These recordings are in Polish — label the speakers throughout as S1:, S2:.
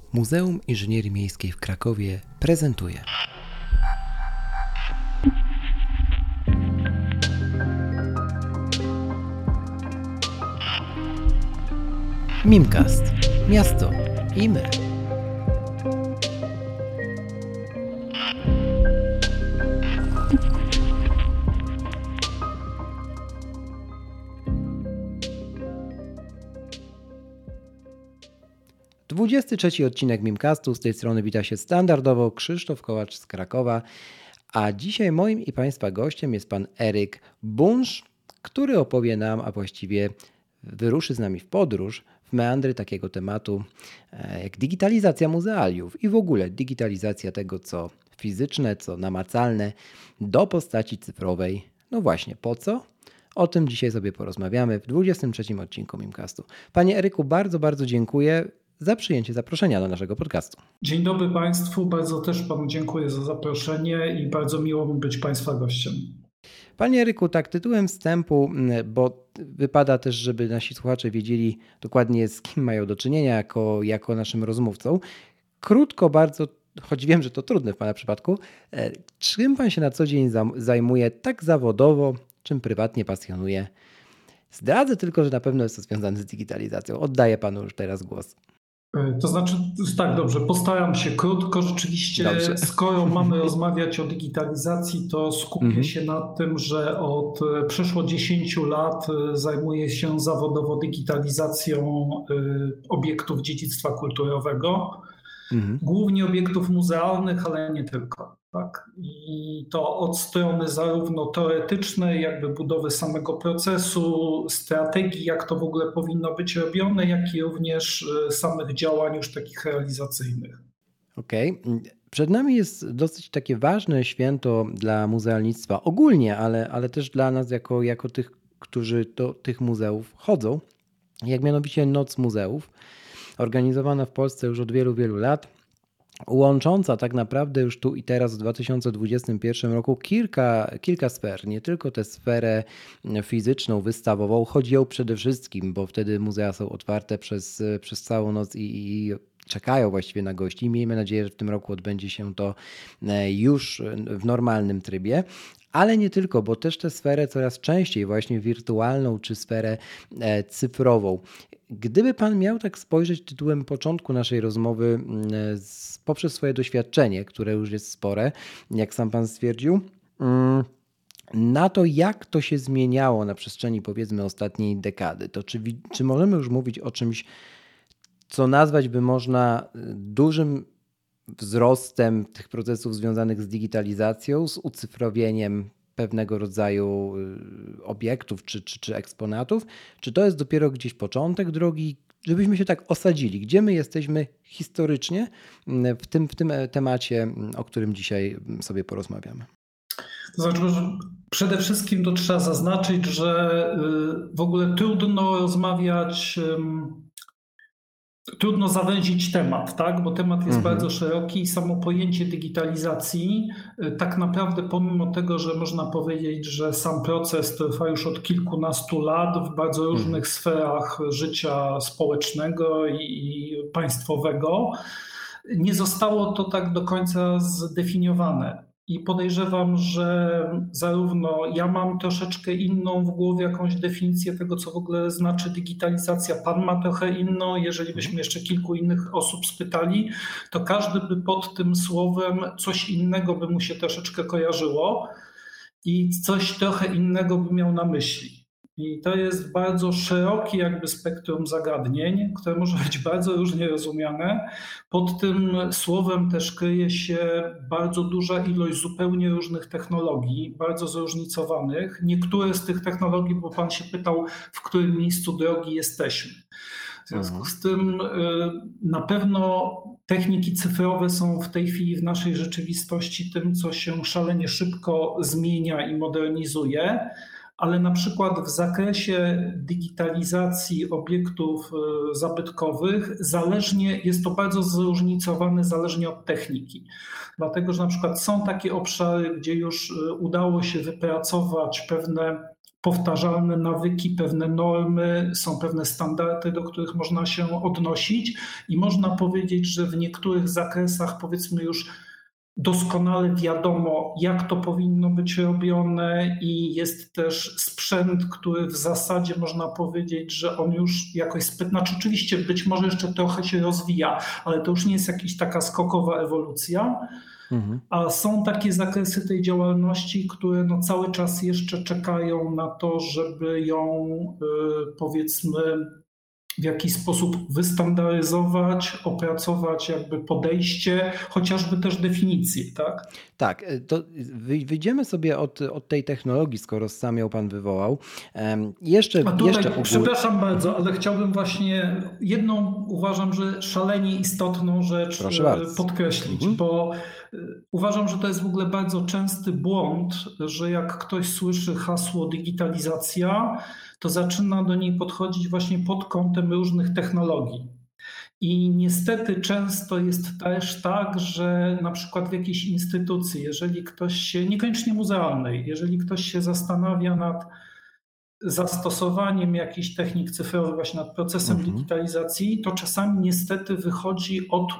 S1: Muzeum Inżynierii Miejskiej w Krakowie prezentuje Mimcast. Miasto i my. Dwudziesty trzeci odcinek Mimcastu. Z tej strony wita się standardowo Krzysztof Kołacz z Krakowa, a dzisiaj moim i Państwa gościem jest pan Eryk Bunsz, który opowie nam, a właściwie wyruszy z nami w podróż w meandry takiego tematu jak digitalizacja muzealiów i w ogóle digitalizacja tego, co fizyczne, co namacalne, do postaci cyfrowej. No właśnie, po co? O tym dzisiaj sobie porozmawiamy w 23. odcinku Mimcastu. Panie Eryku, bardzo dziękuję za przyjęcie zaproszenia do naszego podcastu.
S2: Dzień dobry Państwu, bardzo też Panu dziękuję za zaproszenie i bardzo miło mi być Państwa gościem.
S1: Panie Eryku, tak tytułem wstępu, bo wypada też, żeby nasi słuchacze wiedzieli dokładnie, z kim mają do czynienia jako naszym rozmówcą. Krótko bardzo, choć wiem, że to trudne w Pana przypadku, czym Pan się na co dzień zajmuje tak zawodowo, czym prywatnie pasjonuje? Zdradzę tylko, że na pewno jest to związane z digitalizacją. Oddaję Panu już teraz głos.
S2: To znaczy, tak, dobrze, postaram się krótko. Rzeczywiście, dobrze. Skoro mamy rozmawiać o digitalizacji, to skupię się na tym, że od przeszło 10 lat zajmuję się zawodowo digitalizacją obiektów dziedzictwa kulturowego, głównie obiektów muzealnych, ale nie tylko. Tak? I to od strony zarówno teoretycznej, jakby budowy samego procesu, strategii, jak to w ogóle powinno być robione, jak i również samych działań już takich realizacyjnych.
S1: Okej. Przed nami jest dosyć takie ważne święto dla muzealnictwa ogólnie, ale też dla nas jako tych, którzy do tych muzeów chodzą, jak mianowicie Noc Muzeów, organizowana w Polsce już od wielu lat, łącząca tak naprawdę już tu i teraz w 2021 roku kilka sfer, nie tylko tę sferę fizyczną, wystawową, chodzi o przede wszystkim, bo wtedy muzea są otwarte przez całą noc i czekają właściwie na gości. Miejmy nadzieję, że w tym roku odbędzie się to już w normalnym trybie. Ale nie tylko, bo też tę sferę coraz częściej właśnie wirtualną czy sferę cyfrową. Gdyby Pan miał tak spojrzeć tytułem początku naszej rozmowy poprzez swoje doświadczenie, które już jest spore, jak sam Pan stwierdził, na to, jak to się zmieniało na przestrzeni powiedzmy ostatniej dekady, to czy możemy już mówić o czymś, co nazwać by można dużym wzrostem tych procesów związanych z digitalizacją, z ucyfrowieniem pewnego rodzaju obiektów czy eksponatów? Czy to jest dopiero gdzieś początek drogi? Żebyśmy się tak osadzili, gdzie my jesteśmy historycznie w tym temacie, o którym dzisiaj sobie porozmawiamy.
S2: To znaczy, że przede wszystkim to trzeba zaznaczyć, że w ogóle trudno rozmawiać, trudno zawęzić temat, tak? Bo temat jest bardzo szeroki i samo pojęcie digitalizacji tak naprawdę pomimo tego, że można powiedzieć, że sam proces trwa już od kilkunastu lat w bardzo różnych sferach życia społecznego i państwowego, nie zostało to tak do końca zdefiniowane. I podejrzewam, że zarówno ja mam troszeczkę inną w głowie jakąś definicję tego, co w ogóle znaczy digitalizacja. Pan ma trochę inną. Jeżeli byśmy jeszcze kilku innych osób spytali, to każdy by pod tym słowem coś innego by mu się troszeczkę kojarzyło i coś trochę innego by miał na myśli. I to jest bardzo szerokie jakby spektrum zagadnień, które może być bardzo różnie rozumiane. Pod tym słowem też kryje się bardzo duża ilość zupełnie różnych technologii, bardzo zróżnicowanych. Niektóre z tych technologii, bo Pan się pytał, w którym miejscu drogi jesteśmy. W związku z tym na pewno techniki cyfrowe są w tej chwili w naszej rzeczywistości tym, co się szalenie szybko zmienia i modernizuje. Ale na przykład w zakresie digitalizacji obiektów zabytkowych jest to bardzo zróżnicowane zależnie od techniki. Dlatego, że na przykład są takie obszary, gdzie już udało się wypracować pewne powtarzalne nawyki, pewne normy, są pewne standardy, do których można się odnosić i można powiedzieć, że w niektórych zakresach, powiedzmy, już doskonale wiadomo, jak to powinno być robione i jest też sprzęt, który w zasadzie można powiedzieć, że on już jakoś, znaczy oczywiście być może jeszcze trochę się rozwija, ale to już nie jest jakaś taka skokowa ewolucja. A są takie zakresy tej działalności, które no cały czas jeszcze czekają na to, żeby ją powiedzmy w jakiś sposób wystandaryzować, opracować jakby podejście, chociażby też definicję, tak?
S1: Tak, to wyjdziemy sobie od tej technologii, skoro sam ją pan wywołał. Jeszcze
S2: przepraszam bardzo, ale chciałbym właśnie jedną, uważam, że szalenie istotną rzecz podkreślić, bo uważam, że to jest w ogóle bardzo częsty błąd, że jak ktoś słyszy hasło digitalizacja, to zaczyna do niej podchodzić właśnie pod kątem różnych technologii. I niestety często jest też tak, że na przykład w jakiejś instytucji, jeżeli ktoś się, niekoniecznie muzealnej, jeżeli ktoś się zastanawia nad zastosowaniem jakichś technik cyfrowych, właśnie nad procesem digitalizacji, to czasami niestety wychodzi od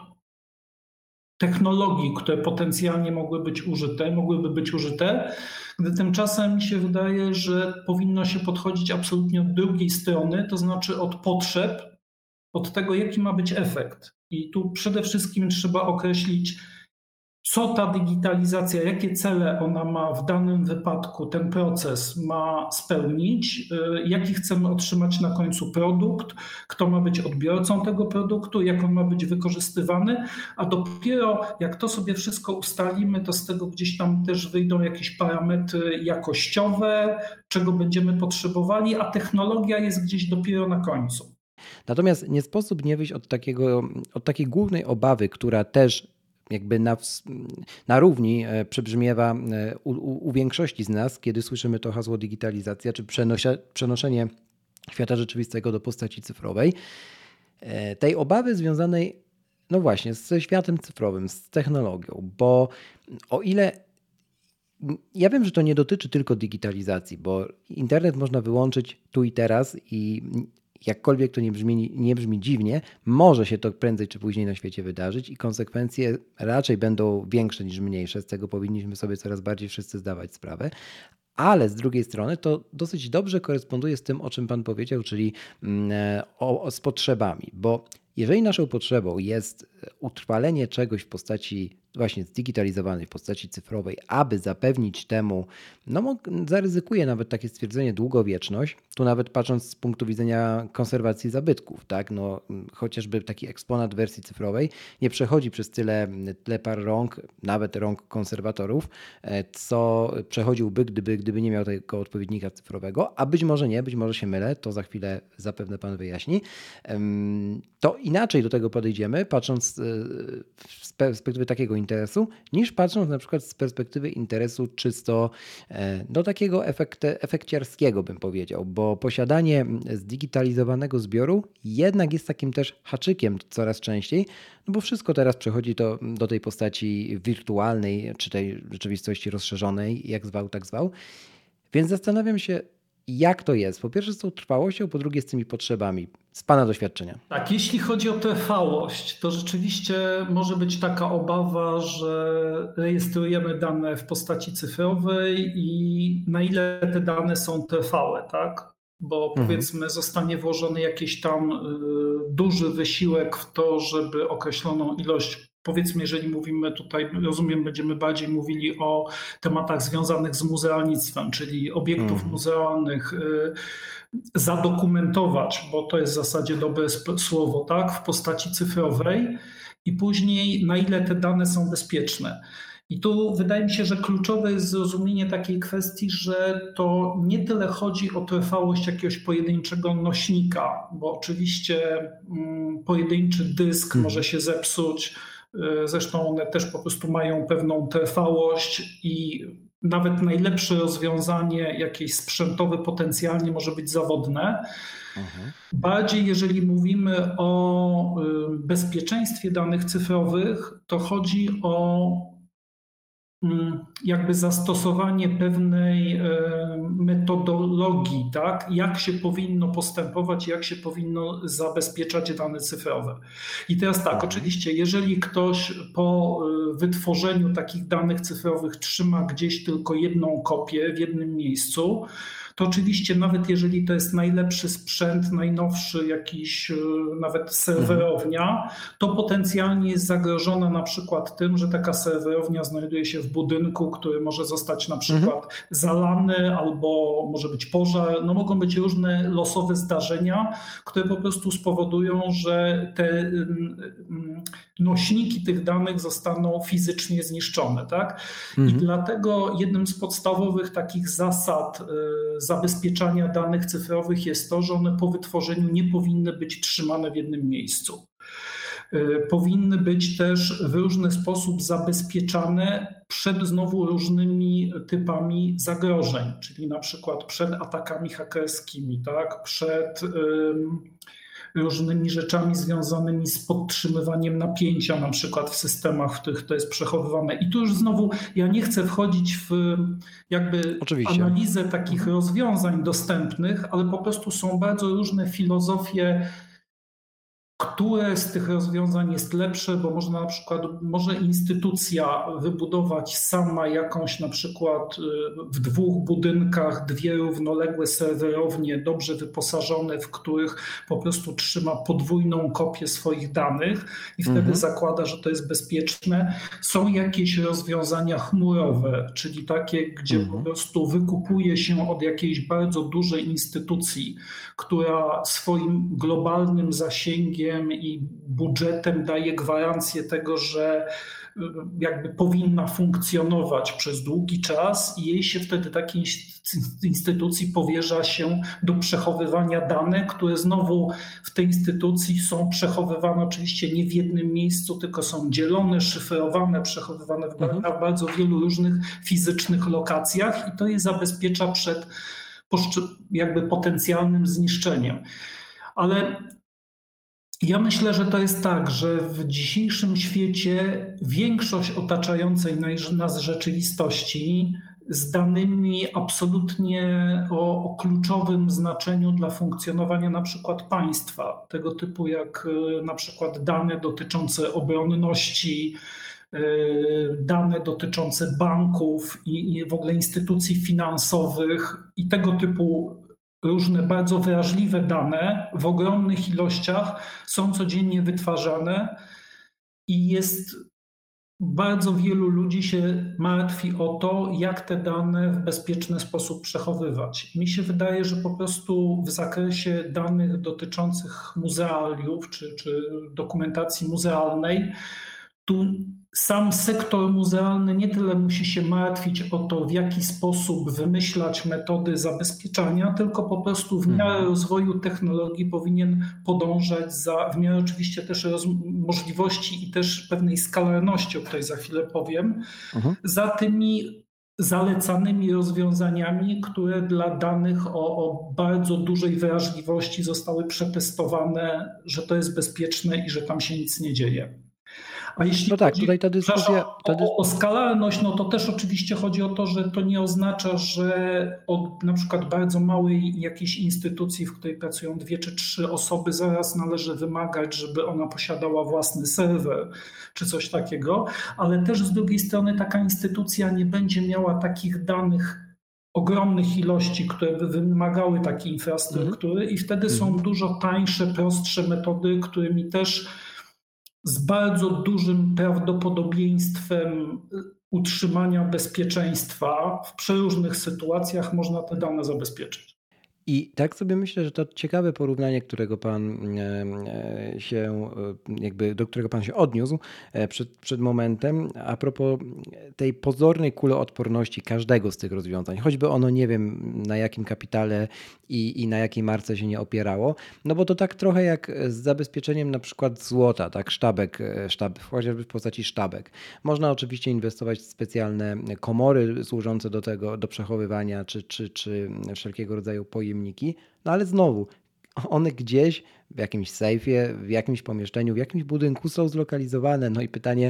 S2: technologii, które potencjalnie mogłyby być użyte, gdy tymczasem mi się wydaje, że powinno się podchodzić absolutnie od drugiej strony, to znaczy od potrzeb, od tego, jaki ma być efekt. I tu przede wszystkim trzeba określić, co ta digitalizacja, jakie cele ona ma w danym wypadku, ten proces ma spełnić, jaki chcemy otrzymać na końcu produkt, kto ma być odbiorcą tego produktu, jak on ma być wykorzystywany, a dopiero jak to sobie wszystko ustalimy, to z tego gdzieś tam też wyjdą jakieś parametry jakościowe, czego będziemy potrzebowali, a technologia jest gdzieś dopiero na końcu.
S1: Natomiast nie sposób nie wyjść od takiej głównej obawy, która też jakby na równi przebrzmiewa u większości z nas, kiedy słyszymy to hasło digitalizacja, czy przenoszenie świata rzeczywistego do postaci cyfrowej. Tej obawy związanej, no właśnie, ze światem cyfrowym, z technologią, bo o ile ja wiem, że to nie dotyczy tylko digitalizacji, bo internet można wyłączyć tu i teraz i jakkolwiek to nie brzmi dziwnie, może się to prędzej czy później na świecie wydarzyć i konsekwencje raczej będą większe niż mniejsze. Z tego powinniśmy sobie coraz bardziej wszyscy zdawać sprawę. Ale z drugiej strony to dosyć dobrze koresponduje z tym, o czym pan powiedział, czyli z potrzebami, bo jeżeli naszą potrzebą jest utrwalenie czegoś w postaci właśnie zdigitalizowanej, w postaci cyfrowej, aby zapewnić temu, no zaryzykuję nawet takie stwierdzenie, długowieczność, tu nawet patrząc z punktu widzenia konserwacji zabytków, tak, no chociażby taki eksponat wersji cyfrowej nie przechodzi przez tyle par rąk, nawet rąk konserwatorów, co przechodziłby, gdyby nie miał tego odpowiednika cyfrowego, a być może nie, być może się mylę, to za chwilę zapewne pan wyjaśni. To inaczej do tego podejdziemy, patrząc z perspektywy takiego interesu, niż patrząc na przykład z perspektywy interesu czysto do takiego efekciarskiego, bym powiedział, bo posiadanie zdigitalizowanego zbioru jednak jest takim też haczykiem coraz częściej, no bo wszystko teraz przechodzi do tej postaci wirtualnej, czy tej rzeczywistości rozszerzonej, jak zwał, tak zwał. Więc zastanawiam się, jak to jest? Po pierwsze z tą trwałością, po drugie z tymi potrzebami, z pana doświadczenia.
S2: Tak, jeśli chodzi o trwałość, to rzeczywiście może być taka obawa, że rejestrujemy dane w postaci cyfrowej i na ile te dane są trwałe, tak? Bo powiedzmy zostanie włożony jakiś tam duży wysiłek w to, żeby określoną ilość, powiedzmy, jeżeli mówimy tutaj, rozumiem, będziemy bardziej mówili o tematach związanych z muzealnictwem, czyli obiektów muzealnych, zadokumentować, bo to jest w zasadzie dobre słowo, tak, w postaci cyfrowej i później na ile te dane są bezpieczne. I tu wydaje mi się, że kluczowe jest zrozumienie takiej kwestii, że to nie tyle chodzi o trwałość jakiegoś pojedynczego nośnika, bo oczywiście pojedynczy dysk może się zepsuć, zresztą one też po prostu mają pewną trwałość i nawet najlepsze rozwiązanie jakieś sprzętowe potencjalnie może być zawodne. Bardziej jeżeli mówimy o bezpieczeństwie danych cyfrowych, to chodzi o jakby zastosowanie pewnej metodologii, tak? Jak się powinno postępować, jak się powinno zabezpieczać dane cyfrowe. I teraz tak, oczywiście, jeżeli ktoś po wytworzeniu takich danych cyfrowych trzyma gdzieś tylko jedną kopię w jednym miejscu, to oczywiście nawet jeżeli to jest najlepszy sprzęt, najnowszy jakiś nawet serwerownia, to potencjalnie jest zagrożona na przykład tym, że taka serwerownia znajduje się w budynku, który może zostać na przykład zalany albo może być pożar. No mogą być różne losowe zdarzenia, które po prostu spowodują, że te nośniki tych danych zostaną fizycznie zniszczone. Tak? I dlatego jednym z podstawowych takich zasad zabezpieczania danych cyfrowych jest to, że one po wytworzeniu nie powinny być trzymane w jednym miejscu. Powinny być też w różny sposób zabezpieczane przed znowu różnymi typami zagrożeń, czyli na przykład przed atakami hakerskimi, tak? Przed różnymi rzeczami związanymi z podtrzymywaniem napięcia, na przykład w systemach, w których to jest przechowywane. I tu już znowu ja nie chcę wchodzić w jakby analizę takich rozwiązań dostępnych, ale po prostu są bardzo różne filozofie, które z tych rozwiązań jest lepsze, bo można na przykład, może instytucja wybudować sama jakąś na przykład w 2 budynkach 2 równoległe serwerownie dobrze wyposażone, w których po prostu trzyma podwójną kopię swoich danych i wtedy zakłada, że to jest bezpieczne. Są jakieś rozwiązania chmurowe, czyli takie, gdzie po prostu wykupuje się od jakiejś bardzo dużej instytucji, która swoim globalnym zasięgiem i budżetem daje gwarancję tego, że jakby powinna funkcjonować przez długi czas i jej się wtedy takiej instytucji powierza się do przechowywania danych, które znowu w tej instytucji są przechowywane oczywiście nie w jednym miejscu, tylko są dzielone, szyfrowane, przechowywane na bardzo wielu różnych fizycznych lokacjach i to je zabezpiecza przed jakby potencjalnym zniszczeniem. Ale ja myślę, że to jest tak, że w dzisiejszym świecie większość otaczającej nas rzeczywistości z danymi absolutnie o kluczowym znaczeniu dla funkcjonowania na przykład państwa, tego typu jak na przykład dane dotyczące obronności, dane dotyczące banków i w ogóle instytucji finansowych i tego typu różne bardzo wrażliwe dane w ogromnych ilościach są codziennie wytwarzane i jest bardzo wielu ludzi się martwi o to, jak te dane w bezpieczny sposób przechowywać. Mi się wydaje, że po prostu w zakresie danych dotyczących muzealiów czy dokumentacji muzealnej, tu sam sektor muzealny nie tyle musi się martwić o to, w jaki sposób wymyślać metody zabezpieczania, tylko po prostu w miarę rozwoju technologii powinien podążać w miarę oczywiście też możliwości i też pewnej skalarności, o której za chwilę powiem, za tymi zalecanymi rozwiązaniami, które dla danych o bardzo dużej wrażliwości zostały przetestowane, że to jest bezpieczne i że tam się nic nie dzieje. A jeśli chodzi
S1: tutaj ta dyskusja
S2: o skalarność, no to też oczywiście chodzi o to, że to nie oznacza, że od na przykład bardzo małej jakiejś instytucji, w której pracują 2 czy 3 osoby, zaraz należy wymagać, żeby ona posiadała własny serwer czy coś takiego, ale też z drugiej strony taka instytucja nie będzie miała takich danych ogromnych ilości, które by wymagały takiej infrastruktury i wtedy są dużo tańsze, prostsze metody, którymi też z bardzo dużym prawdopodobieństwem utrzymania bezpieczeństwa w przeróżnych sytuacjach można te dane zabezpieczyć.
S1: I tak sobie myślę, że to ciekawe porównanie, którego do którego pan się odniósł przed momentem, a propos tej pozornej kuloodporności każdego z tych rozwiązań, choćby ono nie wiem na jakim kapitale i na jakiej marce się nie opierało, no bo to tak trochę jak z zabezpieczeniem na przykład złota, tak, sztab, chociażby w postaci sztabek. Można oczywiście inwestować w specjalne komory służące do tego, do przechowywania czy wszelkiego rodzaju pojemniki, no ale znowu one gdzieś w jakimś sejfie, w jakimś pomieszczeniu, w jakimś budynku są zlokalizowane. No i pytanie,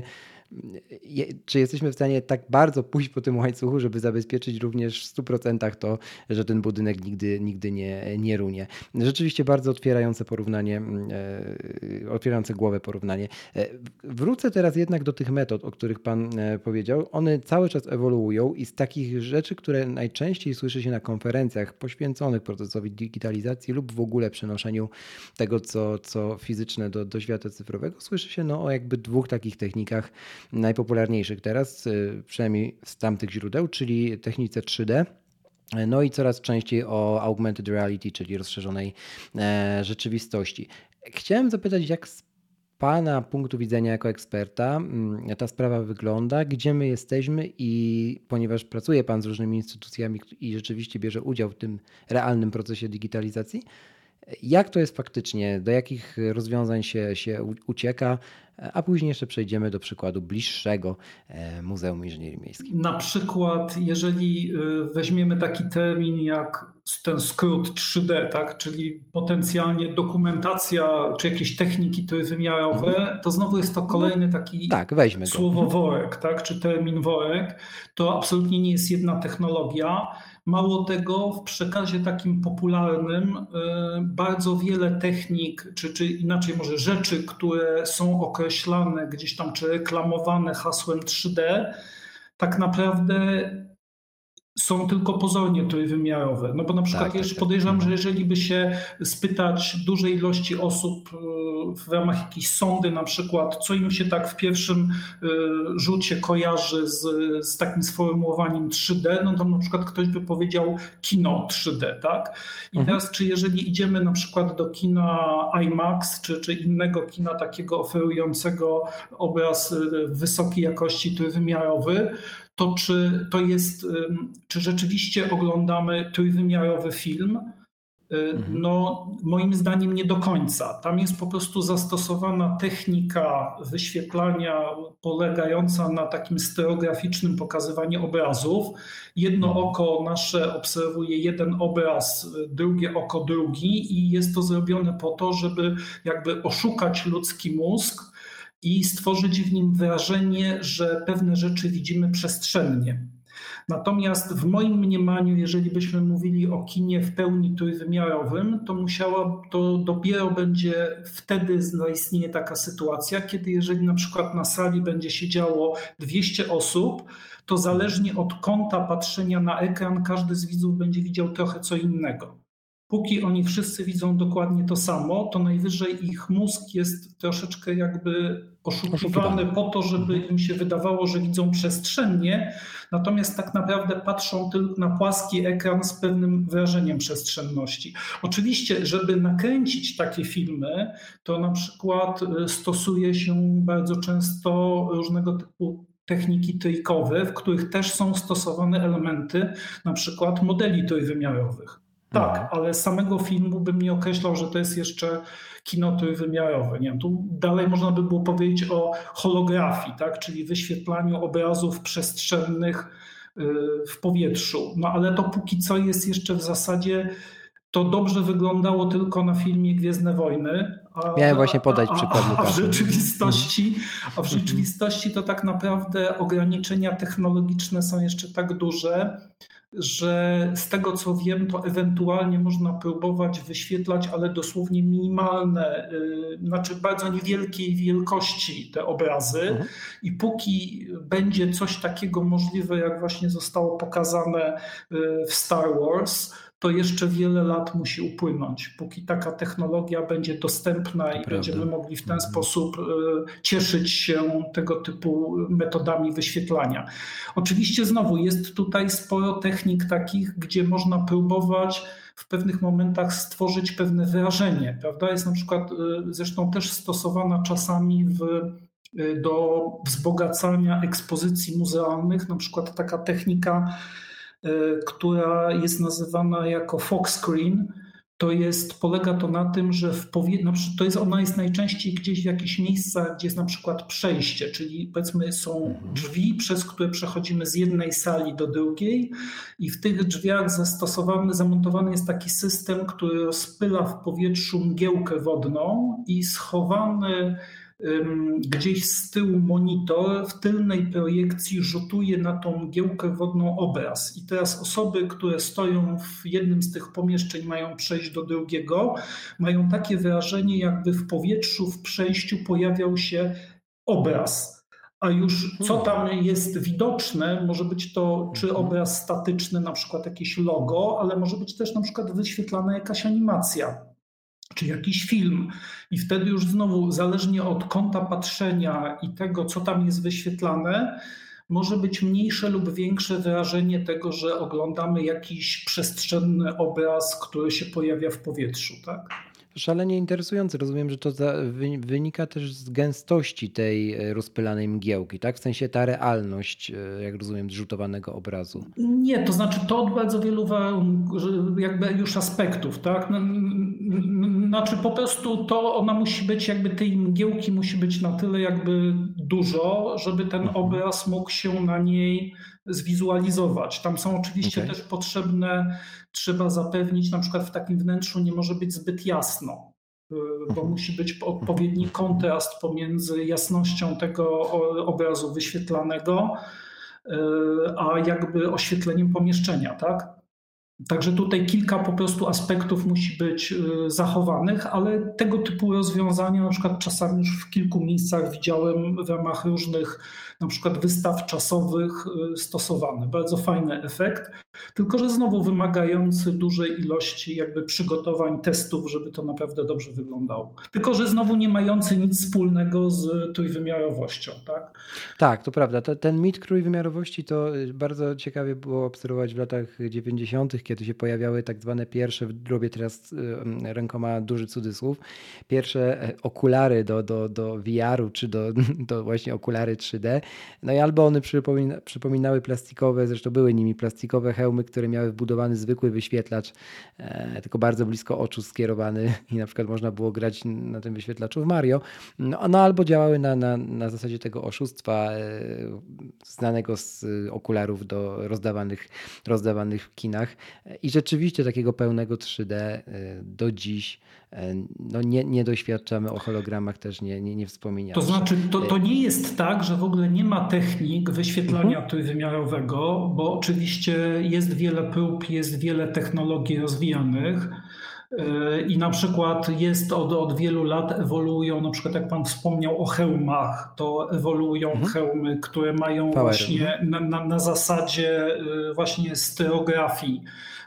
S1: Czy jesteśmy w stanie tak bardzo pójść po tym łańcuchu, żeby zabezpieczyć również w 100% to, że ten budynek nigdy nie runie. Rzeczywiście bardzo otwierające porównanie, otwierające głowę porównanie. Wrócę teraz jednak do tych metod, o których Pan powiedział. One cały czas ewoluują i z takich rzeczy, które najczęściej słyszy się na konferencjach poświęconych procesowi digitalizacji lub w ogóle przenoszeniu tego, co fizyczne do świata cyfrowego, słyszy się o jakby dwóch takich technikach najpopularniejszych teraz, przynajmniej z tamtych źródeł, czyli technice 3D. No i coraz częściej o augmented reality, czyli rozszerzonej rzeczywistości. Chciałem zapytać, jak z Pana punktu widzenia jako eksperta ta sprawa wygląda, gdzie my jesteśmy i ponieważ pracuje Pan z różnymi instytucjami i rzeczywiście bierze udział w tym realnym procesie digitalizacji, jak to jest faktycznie, do jakich rozwiązań się ucieka, a później jeszcze przejdziemy do przykładu bliższego Muzeum Inżynierii Miejskiej.
S2: Na przykład, jeżeli weźmiemy taki termin jak ten skrót 3D, tak, czyli potencjalnie dokumentacja czy jakieś techniki trójwymiarowe, to znowu jest to kolejny taki słowoworek, tak, czy termin worek. To absolutnie nie jest jedna technologia. Mało tego, w przekazie takim popularnym bardzo wiele technik, czy inaczej może rzeczy, które są określane gdzieś tam, czy reklamowane hasłem 3D, tak naprawdę są tylko pozornie trójwymiarowe. No bo na przykład podejrzewam, że jeżeli by się spytać dużej ilości osób w ramach jakiejś sondy na przykład, co im się tak w pierwszym rzucie kojarzy z takim sformułowaniem 3D, no to na przykład ktoś by powiedział kino 3D, tak? I teraz czy jeżeli idziemy na przykład do kina IMAX, czy innego kina takiego oferującego obraz wysokiej jakości trójwymiarowy, to czy rzeczywiście oglądamy trójwymiarowy film? No, moim zdaniem nie do końca. Tam jest po prostu zastosowana technika wyświetlania polegająca na takim stereograficznym pokazywaniu obrazów. Jedno oko nasze obserwuje jeden obraz, drugie oko drugi i jest to zrobione po to, żeby jakby oszukać ludzki mózg i stworzyć w nim wrażenie, że pewne rzeczy widzimy przestrzennie. Natomiast w moim mniemaniu, jeżeli byśmy mówili o kinie w pełni trójwymiarowym, to dopiero będzie wtedy zaistnieje taka sytuacja, kiedy jeżeli na przykład na sali będzie siedziało 200 osób, to zależnie od kąta patrzenia na ekran każdy z widzów będzie widział trochę co innego. Póki oni wszyscy widzą dokładnie to samo, to najwyżej ich mózg jest troszeczkę jakby oszukiwany po to, żeby im się wydawało, że widzą przestrzennie, natomiast tak naprawdę patrzą tylko na płaski ekran z pewnym wrażeniem przestrzenności. Oczywiście, żeby nakręcić takie filmy, to na przykład stosuje się bardzo często różnego typu techniki trikowe, w których też są stosowane elementy na przykład modeli trójwymiarowych. Tak, ale samego filmu bym nie określał, że to jest jeszcze kino trójwymiarowe. Nie wiem, tu dalej można by było powiedzieć o holografii, tak? Czyli wyświetlaniu obrazów przestrzennych w powietrzu. No ale to póki co jest jeszcze w zasadzie, to dobrze wyglądało tylko na filmie Gwiezdne Wojny.
S1: Miałem właśnie podać przykład.
S2: A w rzeczywistości to tak naprawdę ograniczenia technologiczne są jeszcze tak duże, że z tego co wiem, to ewentualnie można próbować wyświetlać, ale dosłownie minimalne, znaczy bardzo niewielkiej wielkości te obrazy i póki będzie coś takiego możliwe, jak właśnie zostało pokazane w Star Wars, to jeszcze wiele lat musi upłynąć, póki taka technologia będzie dostępna i będziemy mogli w ten sposób cieszyć się tego typu metodami wyświetlania. Oczywiście znowu jest tutaj sporo technik takich, gdzie można próbować w pewnych momentach stworzyć pewne wrażenie, prawda? Jest na przykład zresztą też stosowana czasami do wzbogacania ekspozycji muzealnych, na przykład taka technika, która jest nazywana jako fog screen. Polega to na tym, że ona jest najczęściej gdzieś w jakichś miejscach, gdzie jest na przykład przejście, czyli powiedzmy są drzwi, przez które przechodzimy z jednej sali do drugiej i w tych drzwiach zamontowany jest taki system, który rozpyla w powietrzu mgiełkę wodną i schowany gdzieś z tyłu monitor, w tylnej projekcji rzutuje na tą mgiełkę wodną obraz. I teraz osoby, które stoją w jednym z tych pomieszczeń, mają przejść do drugiego, mają takie wrażenie, jakby w powietrzu, w przejściu pojawiał się obraz. A już co tam jest widoczne, może być to czy obraz statyczny, na przykład jakieś logo, ale może być też na przykład wyświetlana jakaś animacja, czy jakiś film. I wtedy już znowu, zależnie od kąta patrzenia i tego, co tam jest wyświetlane, może być mniejsze lub większe wrażenie tego, że oglądamy jakiś przestrzenny obraz, który się pojawia w powietrzu, tak?
S1: Szalenie interesujące. Rozumiem, że to wynika też z gęstości tej rozpylanej mgiełki, tak? W sensie ta realność, jak rozumiem, rzutowanego obrazu.
S2: Nie, to znaczy to od bardzo wielu jakby już aspektów, tak? Znaczy po prostu to ona musi być, jakby tej mgiełki musi być na tyle jakby dużo, żeby ten obraz mógł się na niej zwizualizować. Tam są oczywiście też potrzebne, trzeba zapewnić, na przykład w takim wnętrzu nie może być zbyt jasno, bo musi być odpowiedni kontrast pomiędzy jasnością tego obrazu wyświetlanego, a jakby oświetleniem pomieszczenia, tak? Także tutaj kilka po prostu aspektów musi być zachowanych, ale tego typu rozwiązania na przykład czasami już w kilku miejscach widziałem w ramach różnych na przykład wystaw czasowych stosowane. Bardzo fajny efekt, tylko że znowu wymagający dużej ilości jakby przygotowań, testów, żeby to naprawdę dobrze wyglądało. Tylko że znowu nie mający nic wspólnego z trójwymiarowością, tak?
S1: Tak, to prawda. Ten mit trójwymiarowości to bardzo ciekawie było obserwować w latach 90., kiedy się pojawiały tak zwane pierwsze, robię teraz rękoma duży cudzysłów, pierwsze okulary do VR-u, czy do właśnie okulary 3D. No i albo one przypominały plastikowe, zresztą były nimi plastikowe hełmy, które miały wbudowany zwykły wyświetlacz, tylko bardzo blisko oczu skierowany i na przykład można było grać na tym wyświetlaczu w Mario. No albo działały na zasadzie tego oszustwa znanego z okularów rozdawanych w kinach. I rzeczywiście takiego pełnego 3D do dziś no nie doświadczamy, o hologramach też nie wspominamy.
S2: To znaczy, to nie jest tak, że w ogóle nie ma technik wyświetlania trójwymiarowego, bo oczywiście jest wiele prób, jest wiele technologii rozwijanych. I na przykład jest od wielu lat ewoluują, na przykład jak pan wspomniał o hełmach, to ewoluują hełmy, które mają właśnie na zasadzie właśnie stereografii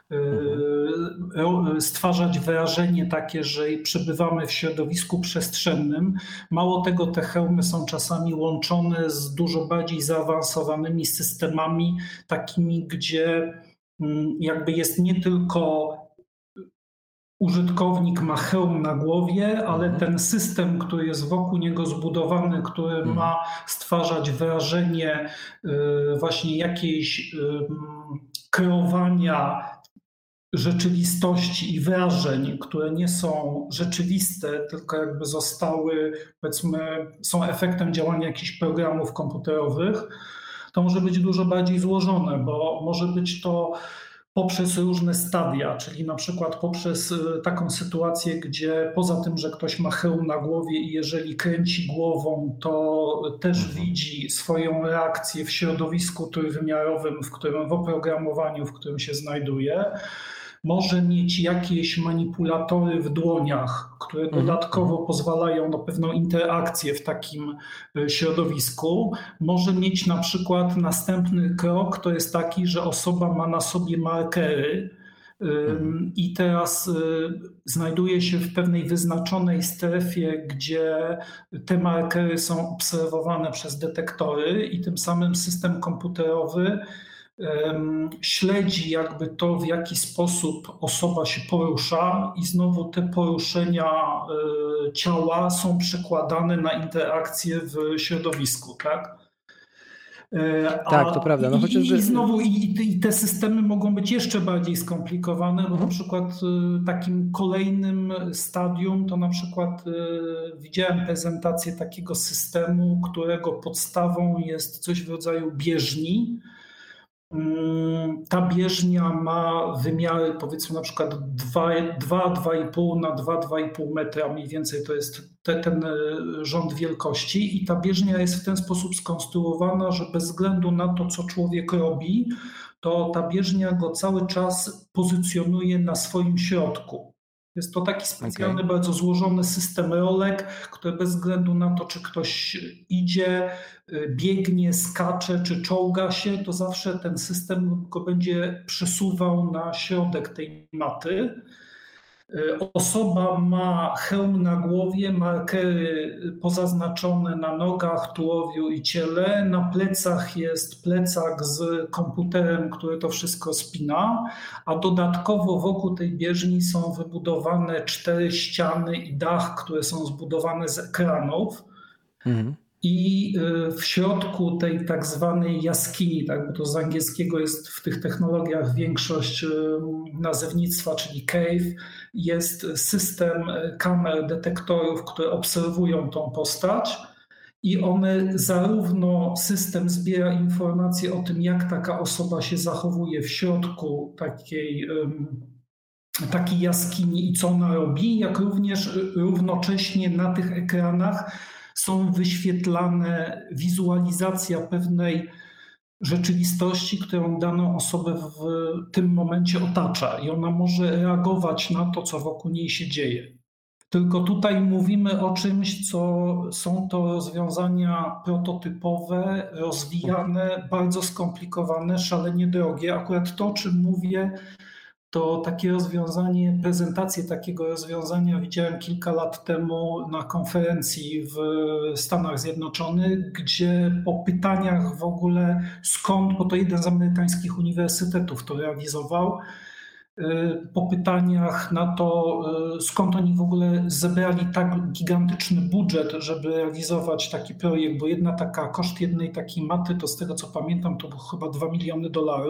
S2: stwarzać wrażenie takie, że przebywamy w środowisku przestrzennym. Mało tego, te hełmy są czasami łączone z dużo bardziej zaawansowanymi systemami, takimi, gdzie jakby jest nie tylko użytkownik ma hełm na głowie, ale ten system, który jest wokół niego zbudowany, który ma stwarzać wrażenie właśnie jakiejś kreowania rzeczywistości i wrażeń, które nie są rzeczywiste, tylko jakby zostały, powiedzmy, są efektem działania jakichś programów komputerowych, to może być dużo bardziej złożone, bo może być to poprzez różne stadia, czyli na przykład poprzez taką sytuację, gdzie poza tym, że ktoś ma hełm na głowie i jeżeli kręci głową, to też widzi swoją reakcję w środowisku trójwymiarowym, w oprogramowaniu, w którym się znajduje. Może mieć jakieś manipulatory w dłoniach, które dodatkowo pozwalają na pewną interakcję w takim środowisku. Może mieć na przykład następny krok, to jest taki, że osoba ma na sobie markery i teraz znajduje się w pewnej wyznaczonej strefie, gdzie te markery są obserwowane przez detektory i tym samym system komputerowy śledzi jakby to, w jaki sposób osoba się porusza i znowu te poruszenia ciała są przekładane na interakcje w środowisku, tak?
S1: Tak, to prawda. No chociażby...
S2: I znowu i te systemy mogą być jeszcze bardziej skomplikowane, bo na przykład takim kolejnym stadium to na przykład widziałem prezentację takiego systemu, którego podstawą jest coś w rodzaju bieżni, Ta bieżnia ma wymiary powiedzmy na przykład 2,5 na 2,5 metra, mniej więcej to jest ten rząd wielkości i ta bieżnia jest w ten sposób skonstruowana, że bez względu na to, co człowiek robi, to ta bieżnia go cały czas pozycjonuje na swoim środku. Jest to taki specjalny, bardzo złożony system rolek, które bez względu na to, czy ktoś idzie, biegnie, skacze, czy czołga się, to zawsze ten system go będzie przesuwał na środek tej maty. Osoba ma hełm na głowie, markery pozaznaczone na nogach, tułowiu i ciele. Na plecach jest plecak z komputerem, który to wszystko spina, a dodatkowo wokół tej bieżni są wybudowane 4 ściany i dach, które są zbudowane z ekranów. I w środku tej tak zwanej jaskini, tak, bo to z angielskiego jest w tych technologiach większość nazewnictwa, czyli cave, jest system kamer, detektorów, które obserwują tą postać i one zarówno system zbiera informacje o tym, jak taka osoba się zachowuje w środku takiej jaskini i co ona robi, jak również równocześnie na tych ekranach są wyświetlane wizualizacja pewnej rzeczywistości, którą daną osobę w tym momencie otacza i ona może reagować na to, co wokół niej się dzieje. Tylko tutaj mówimy o czymś, co są to rozwiązania prototypowe, rozwijane, bardzo skomplikowane, szalenie drogie. Akurat to, o czym mówię, to takie rozwiązanie, prezentację takiego rozwiązania widziałem kilka lat temu na konferencji w Stanach Zjednoczonych, gdzie po pytaniach w ogóle skąd, bo to jeden z amerykańskich uniwersytetów to realizował, po pytaniach na to, skąd oni w ogóle zebrali tak gigantyczny budżet, żeby realizować taki projekt, bo koszt jednej takiej maty, to z tego co pamiętam, to było chyba $2 miliony.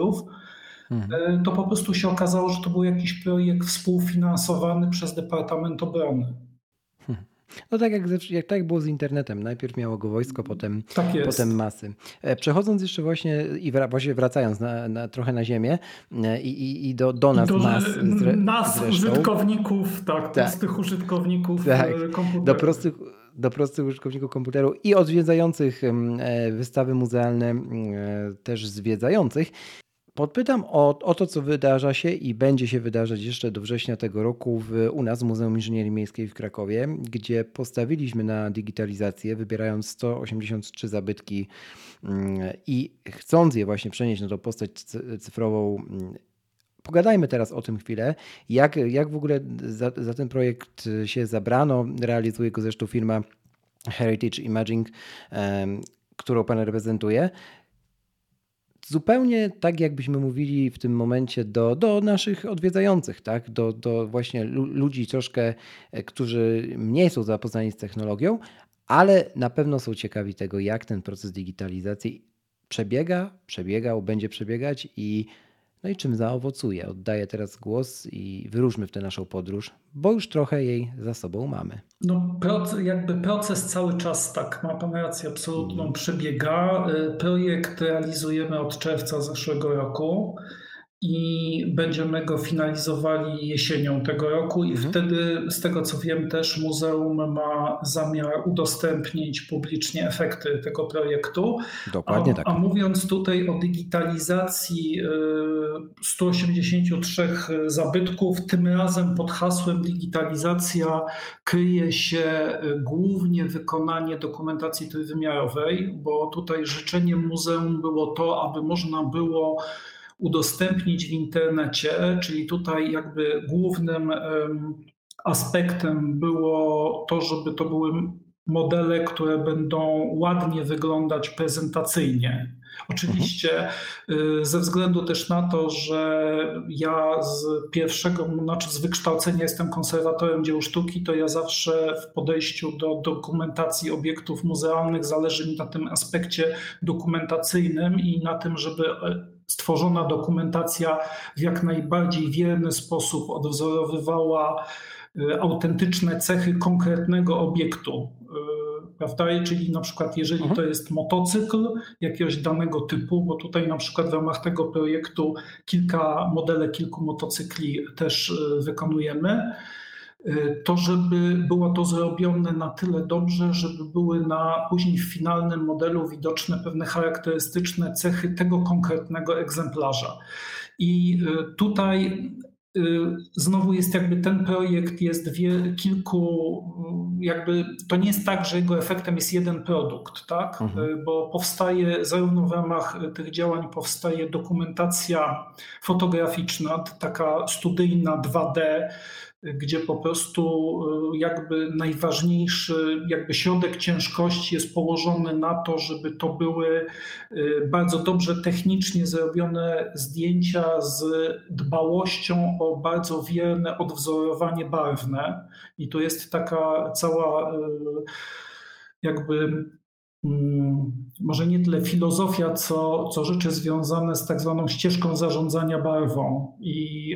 S2: To po prostu się okazało, że to był jakiś projekt współfinansowany przez Departament Obrony.
S1: No tak jak było z internetem. Najpierw miało go wojsko, potem masy. Przechodząc jeszcze właśnie i wracając trochę na ziemię i do nas mas
S2: nas użytkowników, prostych użytkowników komputerów.
S1: Do prostych użytkowników komputeru i odwiedzających wystawy muzealne, też zwiedzających. Podpytam o to, co wydarza się i będzie się wydarzać jeszcze do września tego roku u nas w Muzeum Inżynierii Miejskiej w Krakowie, gdzie postawiliśmy na digitalizację, wybierając 183 zabytki i chcąc je właśnie przenieść na tą postać cyfrową. Pogadajmy teraz o tym chwilę, jak w ogóle za ten projekt się zabrano. Realizuje go zresztą firma Heritage Imaging, którą pan reprezentuje. Zupełnie tak, jakbyśmy mówili w tym momencie do naszych odwiedzających, tak? Do właśnie ludzi troszkę, którzy mniej są zapoznani z technologią, ale na pewno są ciekawi tego, jak ten proces digitalizacji przebiegał, będzie przebiegać i czym zaowocuje. Oddaję teraz głos i wyruszmy w tę naszą podróż, bo już trochę jej za sobą mamy.
S2: Proces cały czas, tak, ma pan rację absolutną, przebiega. Projekt realizujemy od czerwca zeszłego roku i będziemy go finalizowali jesienią tego roku i wtedy, z tego co wiem, też muzeum ma zamiar udostępnić publicznie efekty tego projektu.
S1: Dokładnie tak.
S2: A mówiąc tutaj o digitalizacji 183 zabytków, tym razem pod hasłem digitalizacja kryje się głównie wykonanie dokumentacji trójwymiarowej, bo tutaj życzeniem muzeum było to, aby można było udostępnić w internecie, czyli tutaj jakby głównym aspektem było to, żeby to były modele, które będą ładnie wyglądać prezentacyjnie. Oczywiście ze względu też na to, że ja z wykształcenia jestem konserwatorem dzieł sztuki, to ja zawsze w podejściu do dokumentacji obiektów muzealnych zależy mi na tym aspekcie dokumentacyjnym i na tym, żeby stworzona dokumentacja w jak najbardziej wierny sposób odwzorowywała autentyczne cechy konkretnego obiektu. prawda? Czyli na przykład jeżeli
S1: Mhm.
S2: to jest motocykl jakiegoś danego typu, bo tutaj na przykład w ramach tego projektu modele kilku motocykli też wykonujemy, to żeby było to zrobione na tyle dobrze, żeby były później w finalnym modelu widoczne pewne charakterystyczne cechy tego konkretnego egzemplarza. I tutaj znowu jest jakby ten projekt jest to nie jest tak, że jego efektem jest jeden produkt, tak? Bo powstaje zarówno w ramach tych działań powstaje dokumentacja fotograficzna, taka studyjna 2D, gdzie po prostu jakby najważniejszy jakby środek ciężkości jest położony na to, żeby to były bardzo dobrze technicznie zrobione zdjęcia z dbałością o bardzo wierne odwzorowanie barwne. I tu jest taka cała jakby może nie tyle filozofia, co rzeczy związane z tak zwaną ścieżką zarządzania barwą. I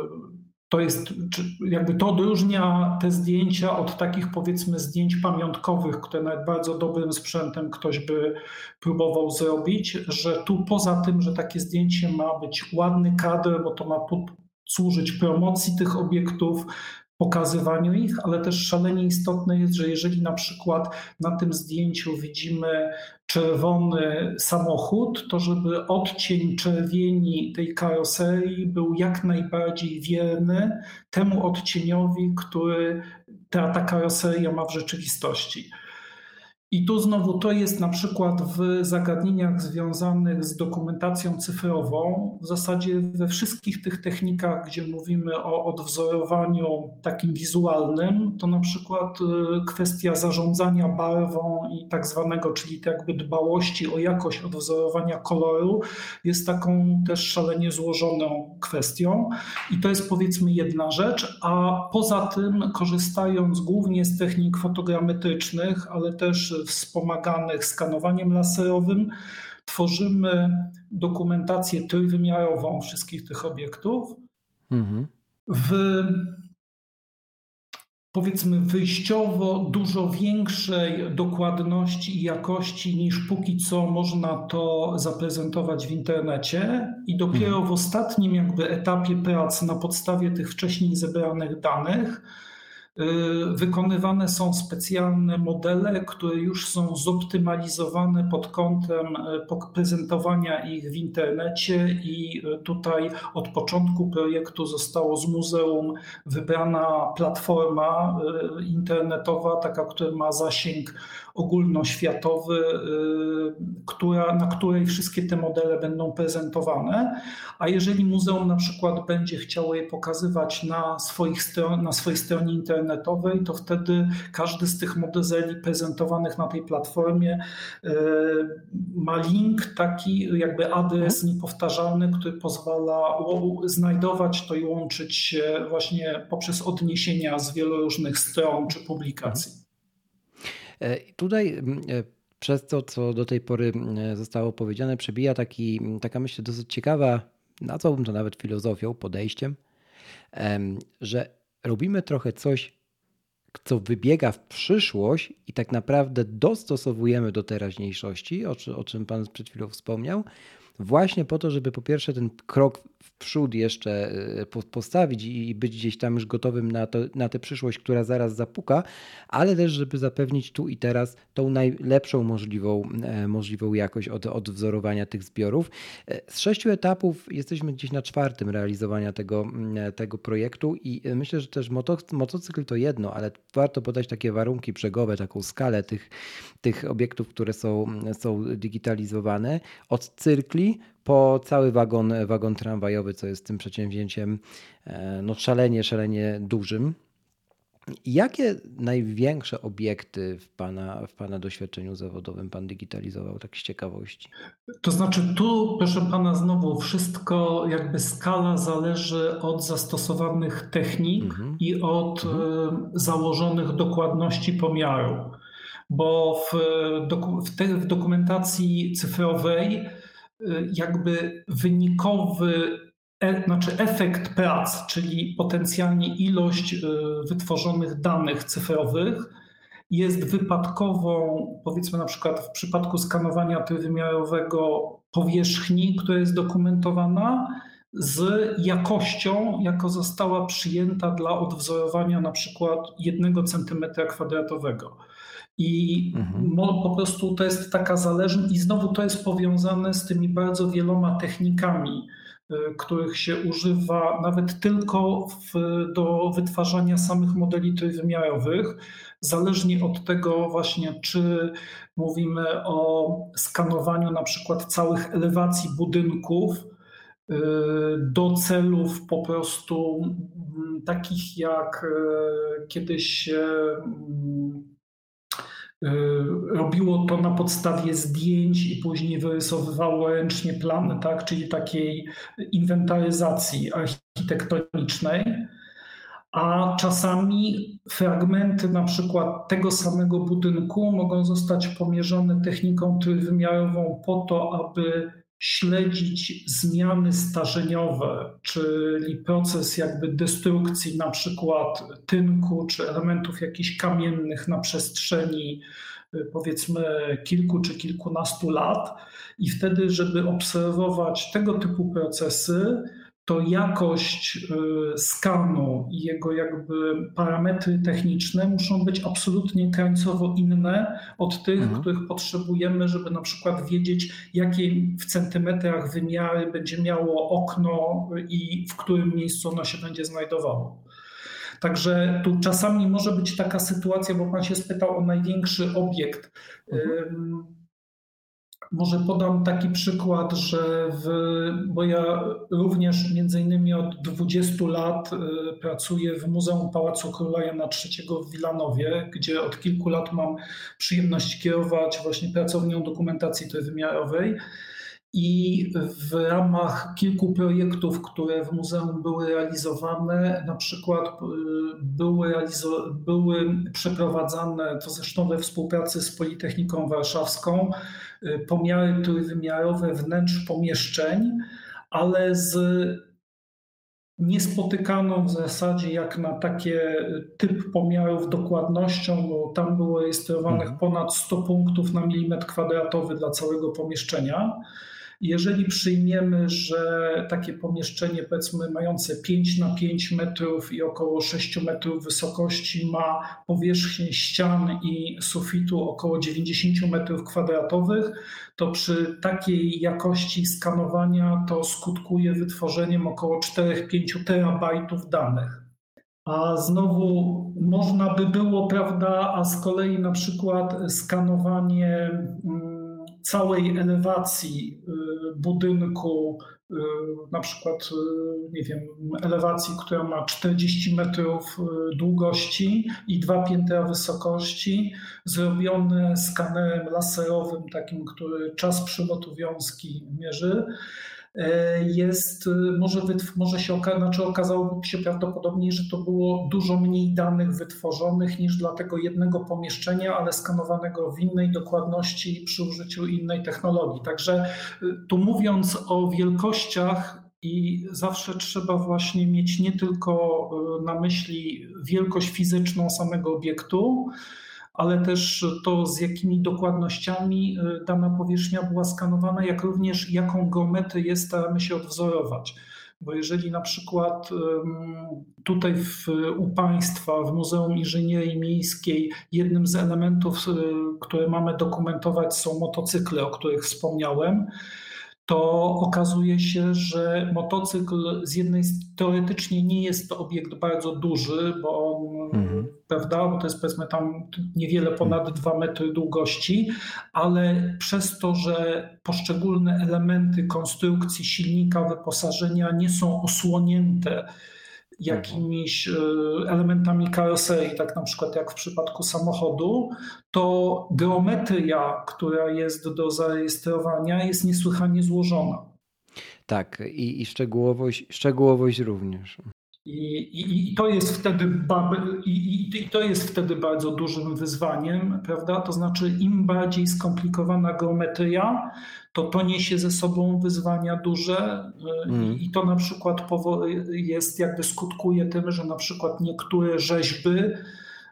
S2: to odróżnia te zdjęcia od takich powiedzmy zdjęć pamiątkowych, które nawet bardzo dobrym sprzętem ktoś by próbował zrobić, że tu poza tym, że takie zdjęcie ma być ładny kadr, bo to ma służyć promocji tych obiektów, pokazywaniu ich, ale też szalenie istotne jest, że jeżeli na przykład na tym zdjęciu widzimy czerwony samochód, to żeby odcień czerwieni tej karoserii był jak najbardziej wierny temu odcieniowi, który ta karoseria ma w rzeczywistości. I tu znowu to jest na przykład w zagadnieniach związanych z dokumentacją cyfrową, w zasadzie we wszystkich tych technikach, gdzie mówimy o odwzorowaniu takim wizualnym, to na przykład kwestia zarządzania barwą i tak zwanego, czyli jakby dbałości o jakość odwzorowania koloru jest taką też szalenie złożoną kwestią. I to jest powiedzmy jedna rzecz, a poza tym korzystając głównie z technik fotogrametrycznych, ale też wspomaganych skanowaniem laserowym, tworzymy dokumentację trójwymiarową wszystkich tych obiektów w powiedzmy wyjściowo dużo większej dokładności i jakości niż póki co można to zaprezentować w internecie i dopiero w ostatnim jakby etapie prac na podstawie tych wcześniej zebranych danych wykonywane są specjalne modele, które już są zoptymalizowane pod kątem prezentowania ich w internecie i tutaj od początku projektu zostało z muzeum wybrana platforma internetowa, taka, która ma zasięg ogólnoświatowy, na której wszystkie te modele będą prezentowane, a jeżeli muzeum na przykład będzie chciało je pokazywać na swojej stronie internetowej, to wtedy każdy z tych modeli prezentowanych na tej platformie ma link, taki jakby adres niepowtarzalny, który pozwala znajdować to i łączyć się właśnie poprzez odniesienia z wielu różnych stron czy publikacji.
S1: Tutaj przez to, co do tej pory zostało powiedziane, przebija taka myśl dosyć ciekawa, nazwałbym to nawet filozofią, podejściem, że robimy trochę coś, co wybiega w przyszłość i tak naprawdę dostosowujemy do teraźniejszości, o czym Pan przed chwilą wspomniał, właśnie po to, żeby po pierwsze ten krok w przód jeszcze postawić i być gdzieś tam już gotowym na tę przyszłość, która zaraz zapuka, ale też, żeby zapewnić tu i teraz tą najlepszą możliwą jakość odwzorowania tych zbiorów. Z 6 etapów jesteśmy gdzieś na 4 realizowania tego projektu i myślę, że też motocykl to jedno, ale warto podać takie warunki brzegowe, taką skalę tych obiektów, które są digitalizowane, od cyrkli po cały wagon tramwajowy, co jest tym przedsięwzięciem szalenie dużym. Jakie największe obiekty w pana doświadczeniu zawodowym Pan digitalizował, tak z ciekawości?
S2: To znaczy tu, proszę Pana, znowu wszystko, jakby skala zależy od zastosowanych technik i od założonych dokładności pomiaru. Bo w dokumentacji cyfrowej jakby efekt prac, czyli potencjalnie ilość wytworzonych danych cyfrowych jest wypadkową, powiedzmy na przykład w przypadku skanowania trójwymiarowego powierzchni, która jest dokumentowana, z jakością, jaka została przyjęta dla odwzorowania na przykład 1 centymetra kwadratowego. I po prostu to jest taka zależność, i znowu to jest powiązane z tymi bardzo wieloma technikami, których się używa nawet tylko do wytwarzania samych modeli trójwymiarowych, zależnie od tego właśnie, czy mówimy o skanowaniu na przykład całych elewacji budynków do celów po prostu takich jak kiedyś się robiło to na podstawie zdjęć i później wyrysowywało ręcznie plany, tak? Czyli takiej inwentaryzacji architektonicznej, a czasami fragmenty na przykład tego samego budynku mogą zostać pomierzone techniką trójwymiarową po to, aby śledzić zmiany starzeniowe, czyli proces jakby destrukcji na przykład tynku czy elementów jakichś kamiennych na przestrzeni powiedzmy kilku czy kilkunastu lat. I wtedy, żeby obserwować tego typu procesy, to jakość skanu i jego jakby parametry techniczne muszą być absolutnie krańcowo inne od tych, których potrzebujemy, żeby na przykład wiedzieć, jakie w centymetrach wymiary będzie miało okno i w którym miejscu ono się będzie znajdowało. Także tu czasami może być taka sytuacja, bo pan się spytał o największy obiekt. Może podam taki przykład, że bo ja również między innymi od 20 lat pracuję w Muzeum Pałacu Króla Jana III w Wilanowie, gdzie od kilku lat mam przyjemność kierować właśnie pracownią dokumentacji trójwymiarowej. I w ramach kilku projektów, które w muzeum były realizowane, na przykład były przeprowadzane, to zresztą we współpracy z Politechniką Warszawską, pomiary trójwymiarowe wnętrz pomieszczeń, ale z niespotykaną w zasadzie jak na takie typ pomiarów dokładnością, bo tam było rejestrowanych ponad 100 punktów na milimetr kwadratowy dla całego pomieszczenia. Jeżeli przyjmiemy, że takie pomieszczenie, powiedzmy mające 5 na 5 metrów i około 6 metrów wysokości, ma powierzchnię ścian i sufitu około 90 metrów kwadratowych, to przy takiej jakości skanowania to skutkuje wytworzeniem około 4-5 terabajtów danych. A znowu można by było, prawda, a z kolei na przykład skanowanie całej elewacji budynku, na przykład, nie wiem, elewacji, która ma 40 metrów długości i 2 piętra wysokości, zrobione skanerem laserowym, takim, który czas przylotu wiązki mierzy, okazałoby się prawdopodobnie, że to było dużo mniej danych wytworzonych niż dla tego jednego pomieszczenia, ale skanowanego w innej dokładności przy użyciu innej technologii. Także tu mówiąc o wielkościach, i zawsze trzeba właśnie mieć nie tylko na myśli wielkość fizyczną samego obiektu, ale też to, z jakimi dokładnościami dana powierzchnia była skanowana, jak również jaką geometrię staramy się odwzorować. Bo jeżeli na przykład tutaj u Państwa w Muzeum Inżynierii Miejskiej jednym z elementów, które mamy dokumentować, są motocykle, o których wspomniałem, to okazuje się, że motocykl z jednej strony teoretycznie nie jest to obiekt bardzo duży, bo on, prawda, bo to jest powiedzmy tam niewiele ponad 2 metry długości, ale przez to, że poszczególne elementy konstrukcji silnika, wyposażenia nie są osłonięte jakimiś elementami karoserii, tak na przykład jak w przypadku samochodu, to geometria, która jest do zarejestrowania, jest niesłychanie złożona.
S1: Tak, i szczegółowość również.
S2: I to jest wtedy bardzo dużym wyzwaniem, prawda? To znaczy, im bardziej skomplikowana geometria, to niesie ze sobą wyzwania duże i to na przykład skutkuje tym, że na przykład niektóre rzeźby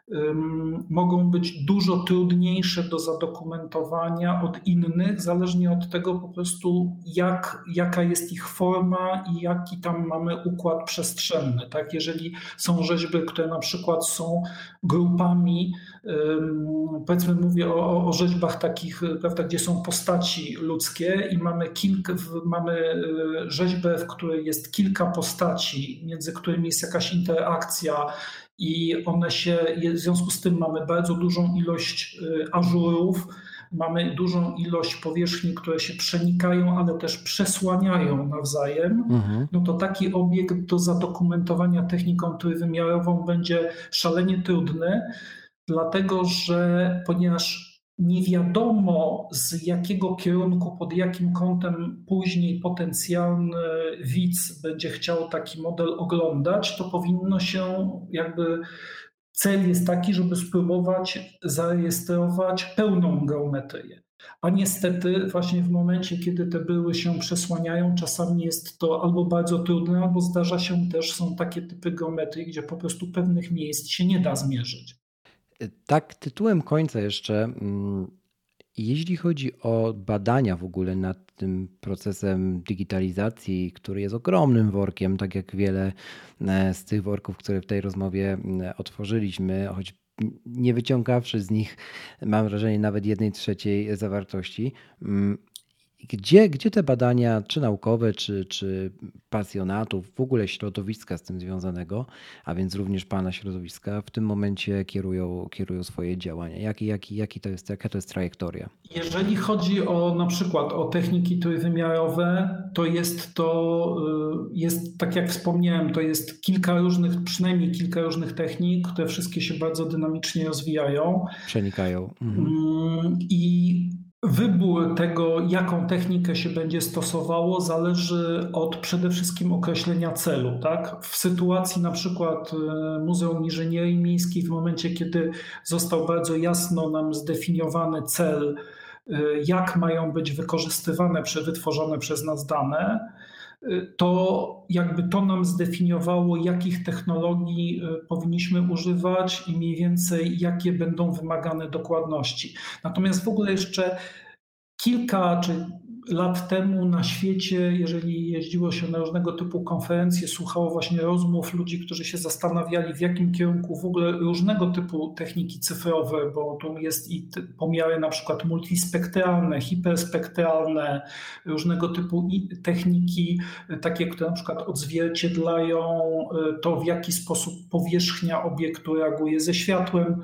S2: mogą być dużo trudniejsze do zadokumentowania od innych, zależnie od tego po prostu jaka jest ich forma i jaki tam mamy układ przestrzenny. Tak? Jeżeli są rzeźby, które na przykład są grupami, powiedzmy mówię o rzeźbach takich, prawda, gdzie są postaci ludzkie i mamy rzeźbę, w której jest kilka postaci, między którymi jest jakaś interakcja i w związku z tym mamy bardzo dużą ilość ażurów, mamy dużą ilość powierzchni, które się przenikają, ale też przesłaniają nawzajem, no to taki obiekt do zadokumentowania techniką trójwymiarową będzie szalenie trudny, dlatego że ponieważ nie wiadomo z jakiego kierunku, pod jakim kątem później potencjalny widz będzie chciał taki model oglądać, to powinno się cel jest taki, żeby spróbować zarejestrować pełną geometrię. A niestety właśnie w momencie, kiedy te bryły się przesłaniają, czasami jest to albo bardzo trudne, albo zdarza się też, są takie typy geometrii, gdzie po prostu pewnych miejsc się nie da zmierzyć.
S1: Tak, tytułem końca jeszcze, jeśli chodzi o badania w ogóle nad tym procesem digitalizacji, który jest ogromnym workiem, tak jak wiele z tych worków, które w tej rozmowie otworzyliśmy, choć nie wyciągawszy z nich, mam wrażenie, nawet 1/3 zawartości. Gdzie te badania, czy naukowe, czy pasjonatów, w ogóle środowiska z tym związanego, a więc również pana środowiska, w tym momencie kierują swoje działania? Jaka to jest trajektoria?
S2: Jeżeli chodzi na przykład o techniki trójwymiarowe, to jest tak jak wspomniałem, to jest przynajmniej kilka różnych technik, które wszystkie się bardzo dynamicznie rozwijają.
S1: Przenikają.
S2: I wybór tego, jaką technikę się będzie stosowało, zależy od przede wszystkim określenia celu. Tak? W sytuacji na przykład Muzeum Inżynierii Miejskiej, w momencie, kiedy został bardzo jasno nam zdefiniowany cel, jak mają być wykorzystywane, wytworzone przez nas dane, to to nam zdefiniowało, jakich technologii powinniśmy używać i mniej więcej jakie będą wymagane dokładności. Natomiast w ogóle jeszcze kilka czy lat temu na świecie, jeżeli jeździło się na różnego typu konferencje, słuchało właśnie rozmów ludzi, którzy się zastanawiali, w jakim kierunku w ogóle różnego typu techniki cyfrowe, bo tu jest i pomiary na przykład multispektralne, hiperspektralne, różnego typu techniki, takie, które na przykład odzwierciedlają to, w jaki sposób powierzchnia obiektu reaguje ze światłem.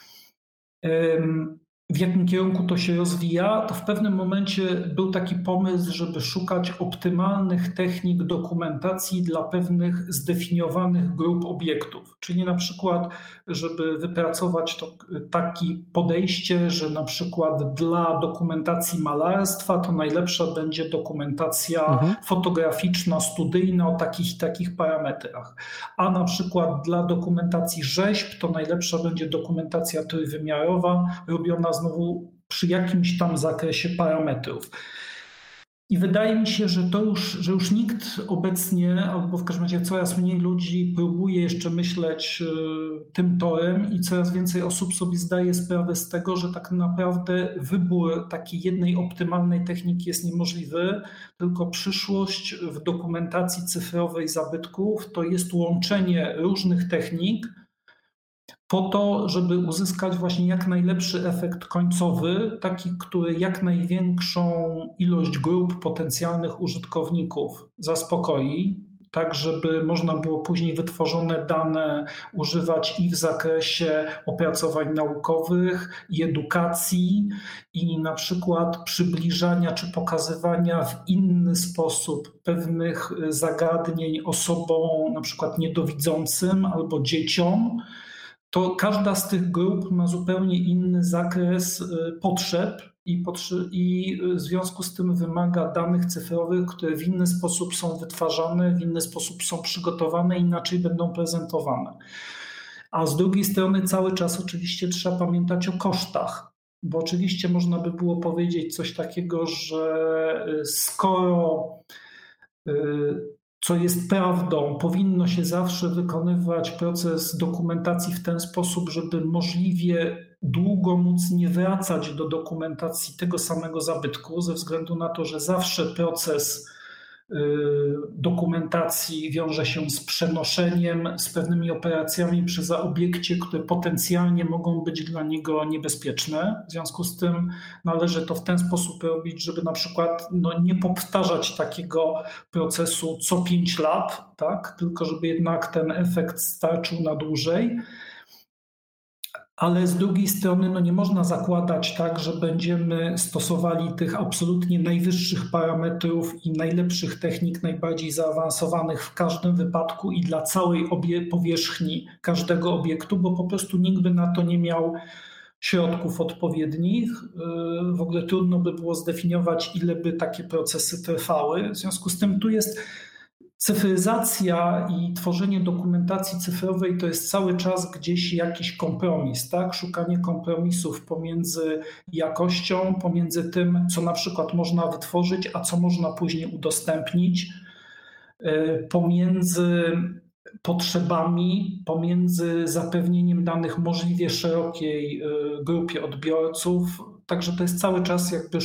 S2: W jakim kierunku to się rozwija, to w pewnym momencie był taki pomysł, żeby szukać optymalnych technik dokumentacji dla pewnych zdefiniowanych grup obiektów. Czyli na przykład, żeby wypracować takie podejście, że na przykład dla dokumentacji malarstwa to najlepsza będzie dokumentacja fotograficzna, studyjna o takich i takich parametrach. A na przykład dla dokumentacji rzeźb to najlepsza będzie dokumentacja trójwymiarowa, robiona znowu przy jakimś tam zakresie parametrów. I wydaje mi się, że już nikt obecnie, albo w każdym razie coraz mniej ludzi próbuje jeszcze myśleć tym torem i coraz więcej osób sobie zdaje sprawę z tego, że tak naprawdę wybór takiej jednej optymalnej techniki jest niemożliwy, tylko przyszłość w dokumentacji cyfrowej zabytków to jest łączenie różnych technik, po to, żeby uzyskać właśnie jak najlepszy efekt końcowy, taki, który jak największą ilość grup potencjalnych użytkowników zaspokoi, tak żeby można było później wytworzone dane używać i w zakresie opracowań naukowych, i edukacji, i na przykład przybliżania czy pokazywania w inny sposób pewnych zagadnień osobom na przykład niedowidzącym albo dzieciom. To każda z tych grup ma zupełnie inny zakres potrzeb i w związku z tym wymaga danych cyfrowych, które w inny sposób są wytwarzane, w inny sposób są przygotowane, inaczej będą prezentowane. A z drugiej strony cały czas oczywiście trzeba pamiętać o kosztach, bo oczywiście można by było powiedzieć coś takiego, że skoro co jest prawdą, powinno się zawsze wykonywać proces dokumentacji w ten sposób, żeby możliwie długo móc nie wracać do dokumentacji tego samego zabytku, ze względu na to, że zawsze proces dokumentacji wiąże się z przenoszeniem, z pewnymi operacjami przy zaobiekcie, które potencjalnie mogą być dla niego niebezpieczne. W związku z tym należy to w ten sposób robić, żeby na przykład nie powtarzać takiego procesu co 5 lat, tak? Tylko żeby jednak ten efekt starczył na dłużej. Ale z drugiej strony nie można zakładać tak, że będziemy stosowali tych absolutnie najwyższych parametrów i najlepszych technik, najbardziej zaawansowanych w każdym wypadku i dla całej powierzchni każdego obiektu, bo po prostu nikt by na to nie miał środków odpowiednich. W ogóle trudno by było zdefiniować, ile by takie procesy trwały. W związku z tym tu jest cyfryzacja i tworzenie dokumentacji cyfrowej to jest cały czas gdzieś jakiś kompromis, tak? Szukanie kompromisów pomiędzy jakością, pomiędzy tym, co na przykład można wytworzyć, a co można później udostępnić, pomiędzy potrzebami, pomiędzy zapewnieniem danych możliwie szerokiej grupie odbiorców. Także to jest cały czas jakby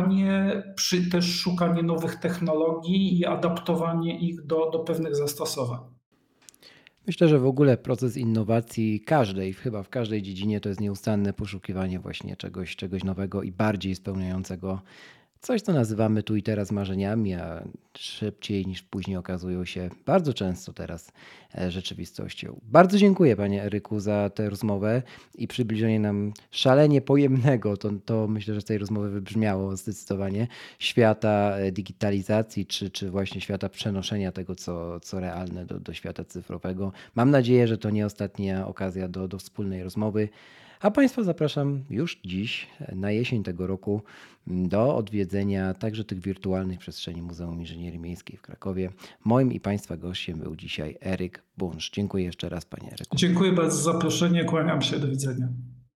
S2: też szukanie nowych technologii i adaptowanie ich do pewnych zastosowań.
S1: Myślę, że w ogóle proces innowacji chyba w każdej dziedzinie to jest nieustanne poszukiwanie właśnie czegoś nowego i bardziej spełniającego coś, co nazywamy tu i teraz marzeniami, a szybciej niż później okazują się bardzo często teraz rzeczywistością. Bardzo dziękuję Panie Eryku za tę rozmowę i przybliżenie nam szalenie pojemnego, to myślę, że z tej rozmowy wybrzmiało zdecydowanie, świata digitalizacji czy właśnie świata przenoszenia tego, co realne do świata cyfrowego. Mam nadzieję, że to nie ostatnia okazja do wspólnej rozmowy. A Państwa zapraszam już dziś, na jesień tego roku, do odwiedzenia także tych wirtualnych przestrzeni Muzeum Inżynierii Miejskiej w Krakowie. Moim i Państwa gościem był dzisiaj Eryk Bunsz. Dziękuję jeszcze raz Panie Eryku.
S2: Dziękuję bardzo za zaproszenie, kłaniam się, do widzenia.